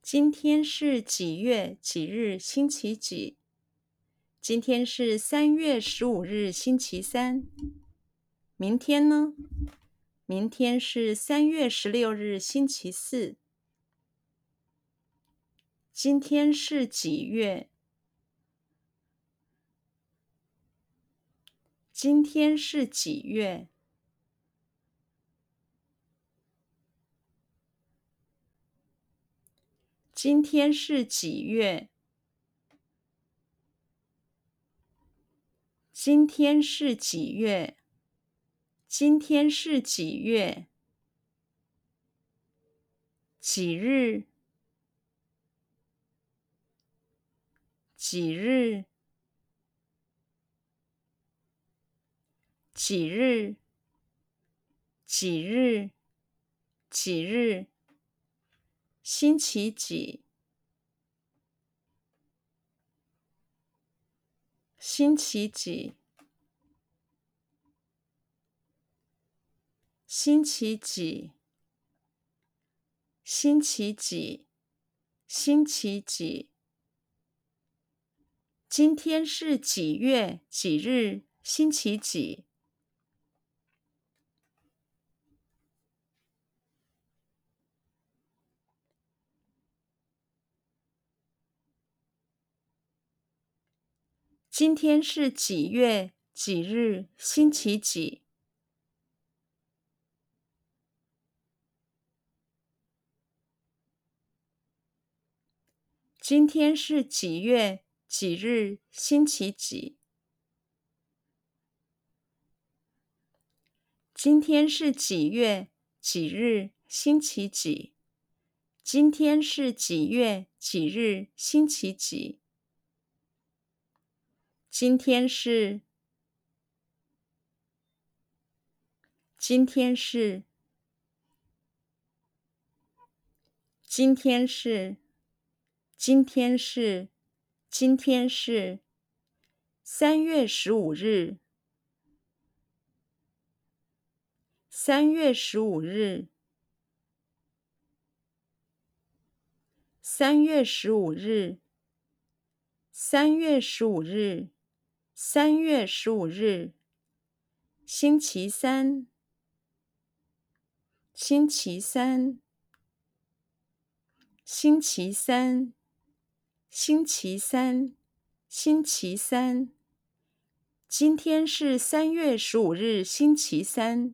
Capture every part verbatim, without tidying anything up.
今天是几月几日星期几？今天是三月十五日星期三。明天呢？明天是三月十六日星期四。今天是几月？今天是几月？今天是几月？今天是几月？今天是几月？几日？几日？几日？几日？几日？星期几？星期几？星期几？星期几？星期几？今天是几月几日星期几？今天是几月几日星期几？今天是几月几日星期几？今天是几月几日星期几？今天是几月几日星期几？今天是今天是今天是今天是今天是三月十五日，三月十五日，三月十五日，三月十五日，三月十五日，星期三，星期三，星期三，星期三，星期三。今天是三月十五日，星期三。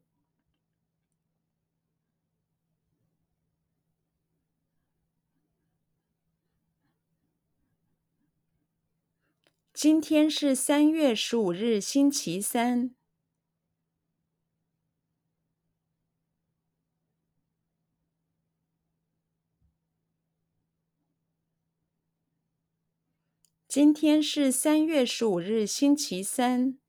今天是三月十五日，星期三。今天是三月十五日，星期三。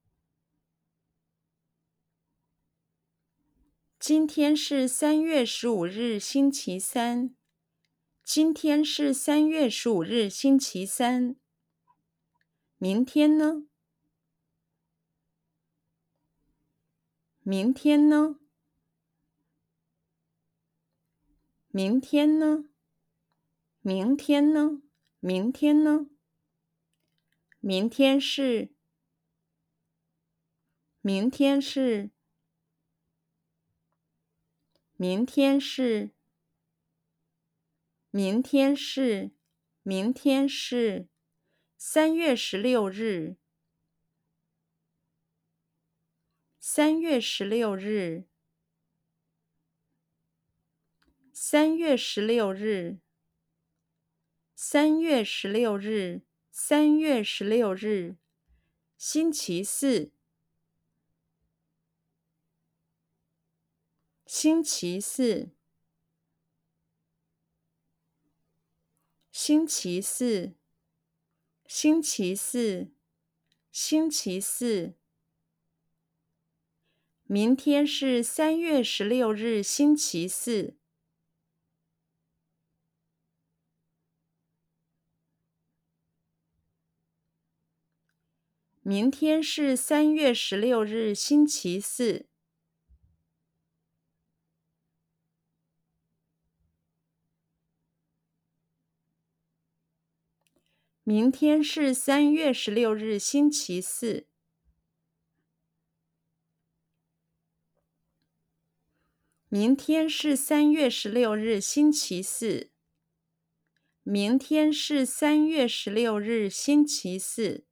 今天是三月十五日，星期三。今天是三月十五日，星期三。明天呢？明天呢？明天呢？明天呢？明天呢？明天是明天是明天是明天是明天是三月十六日，三月十六日，三月十六日，三月十六日，三月十六日，星期四，星期四，星期四，星期四，星期四。明天是三月十六日，星期四。明天是三月十六日，星期四。 明天是三月十六日，星期四。明天是三月十六日，星期四。明天是三月十六日，星期四。